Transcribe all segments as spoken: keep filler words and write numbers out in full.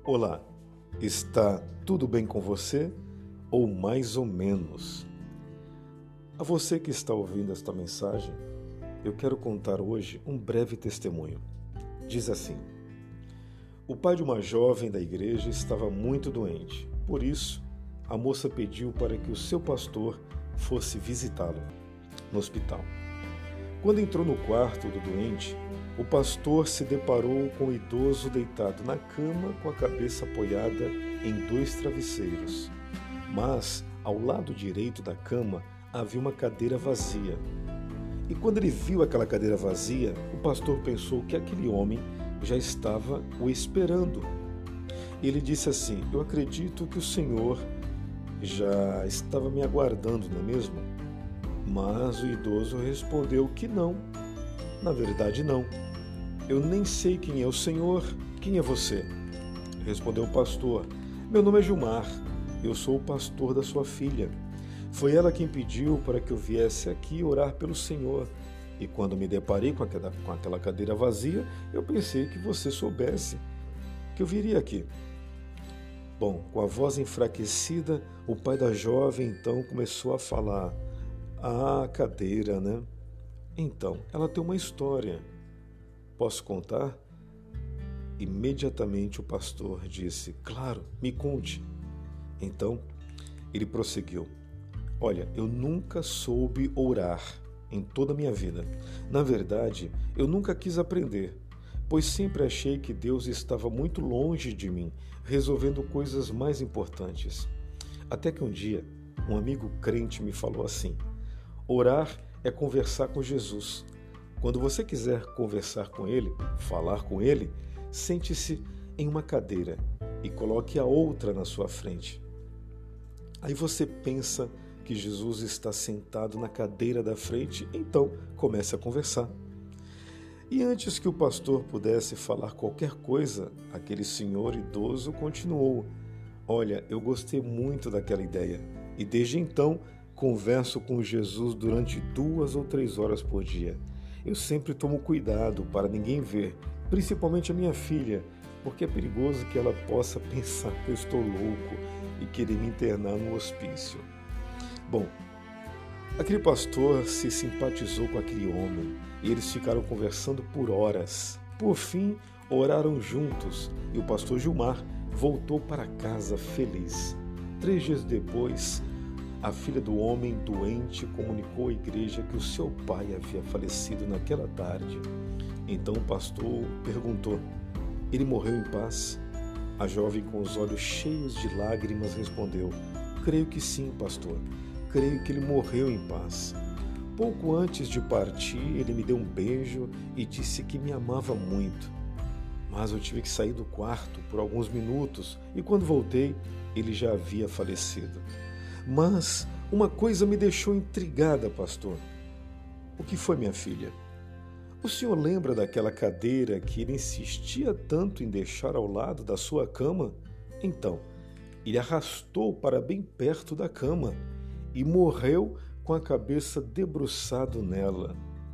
Olá, está tudo bem com você? Ou mais ou menos? A você que está ouvindo esta mensagem, eu quero contar hoje um breve testemunho. Diz assim: o pai de uma jovem da igreja estava muito doente, por isso a moça pediu para que o seu pastor fosse visitá-lo no hospital. Quando entrou no quarto do doente, o pastor se deparou com o idoso deitado na cama com a cabeça apoiada em dois travesseiros. Mas, ao lado direito da cama, havia uma cadeira vazia. E quando ele viu aquela cadeira vazia, o pastor pensou que aquele homem já estava o esperando. Ele disse assim: eu acredito que o senhor já estava me aguardando, não é mesmo? Mas o idoso respondeu que não. Na verdade, não. Eu nem sei quem é o senhor. Quem é você? Respondeu o pastor: meu nome é Gilmar. Eu sou o pastor da sua filha. Foi ela quem pediu para que eu viesse aqui orar pelo senhor. E quando me deparei com aquela, com aquela cadeira vazia, eu pensei que você soubesse que eu viria aqui. Bom, com a voz enfraquecida, o pai da jovem então começou a falar: ah, cadeira, né? Então, ela tem uma história. Posso contar? Imediatamente o pastor disse: claro, me conte. Então, ele prosseguiu: olha, eu nunca soube orar em toda a minha vida. Na verdade, eu nunca quis aprender, pois sempre achei que Deus estava muito longe de mim, resolvendo coisas mais importantes. Até que um dia, um amigo crente me falou assim: orar é conversar com Jesus. Quando você quiser conversar com Ele, falar com Ele, sente-se em uma cadeira e coloque a outra na sua frente. Aí você pensa que Jesus está sentado na cadeira da frente, então comece a conversar. E antes que o pastor pudesse falar qualquer coisa, aquele senhor idoso continuou: olha, eu gostei muito daquela ideia e desde então converso com Jesus durante duas ou três horas por dia. Eu sempre tomo cuidado para ninguém ver, principalmente a minha filha, porque é perigoso que ela possa pensar que eu estou louco e querer me internar no hospício. Bom, aquele pastor se simpatizou com aquele homem e eles ficaram conversando por horas. Por fim, oraram juntos e o pastor Gilmar voltou para casa feliz. Três dias depois, a filha do homem doente comunicou à igreja que o seu pai havia falecido naquela tarde. Então o pastor perguntou: ele morreu em paz? A jovem, com os olhos cheios de lágrimas, respondeu: creio que sim, pastor. Creio que ele morreu em paz. Pouco antes de partir, ele me deu um beijo e disse que me amava muito. Mas eu tive que sair do quarto por alguns minutos e quando voltei, ele já havia falecido. Mas uma coisa me deixou intrigada, pastor. O que foi, minha filha? O senhor lembra daquela cadeira que ele insistia tanto em deixar ao lado da sua cama? Então, ele arrastou para bem perto da cama e morreu com a cabeça debruçado nela.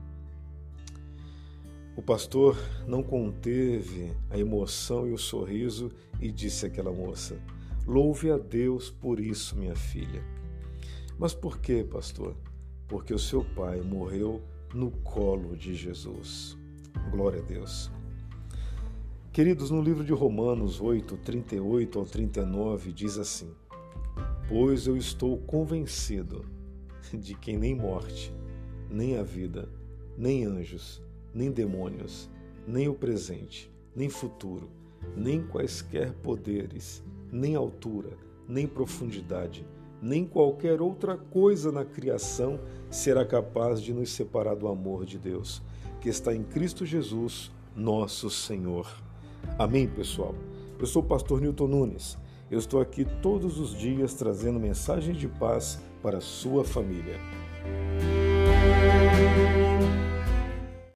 O pastor não conteve a emoção e o sorriso e disse àquela moça: louve a Deus por isso, minha filha. Mas por quê, pastor? Porque o seu pai morreu no colo de Jesus. Glória a Deus. Queridos, no livro de Romanos oito, trinta e oito ao trinta e nove, diz assim: pois eu estou convencido de que nem morte, nem a vida, nem anjos, nem demônios, nem o presente, nem futuro, nem quaisquer poderes, nem altura, nem profundidade, nem qualquer outra coisa na criação será capaz de nos separar do amor de Deus, que está em Cristo Jesus, nosso Senhor. Amém, pessoal? Eu sou o pastor Newton Nunes. Eu estou aqui todos os dias trazendo mensagens de paz para a sua família.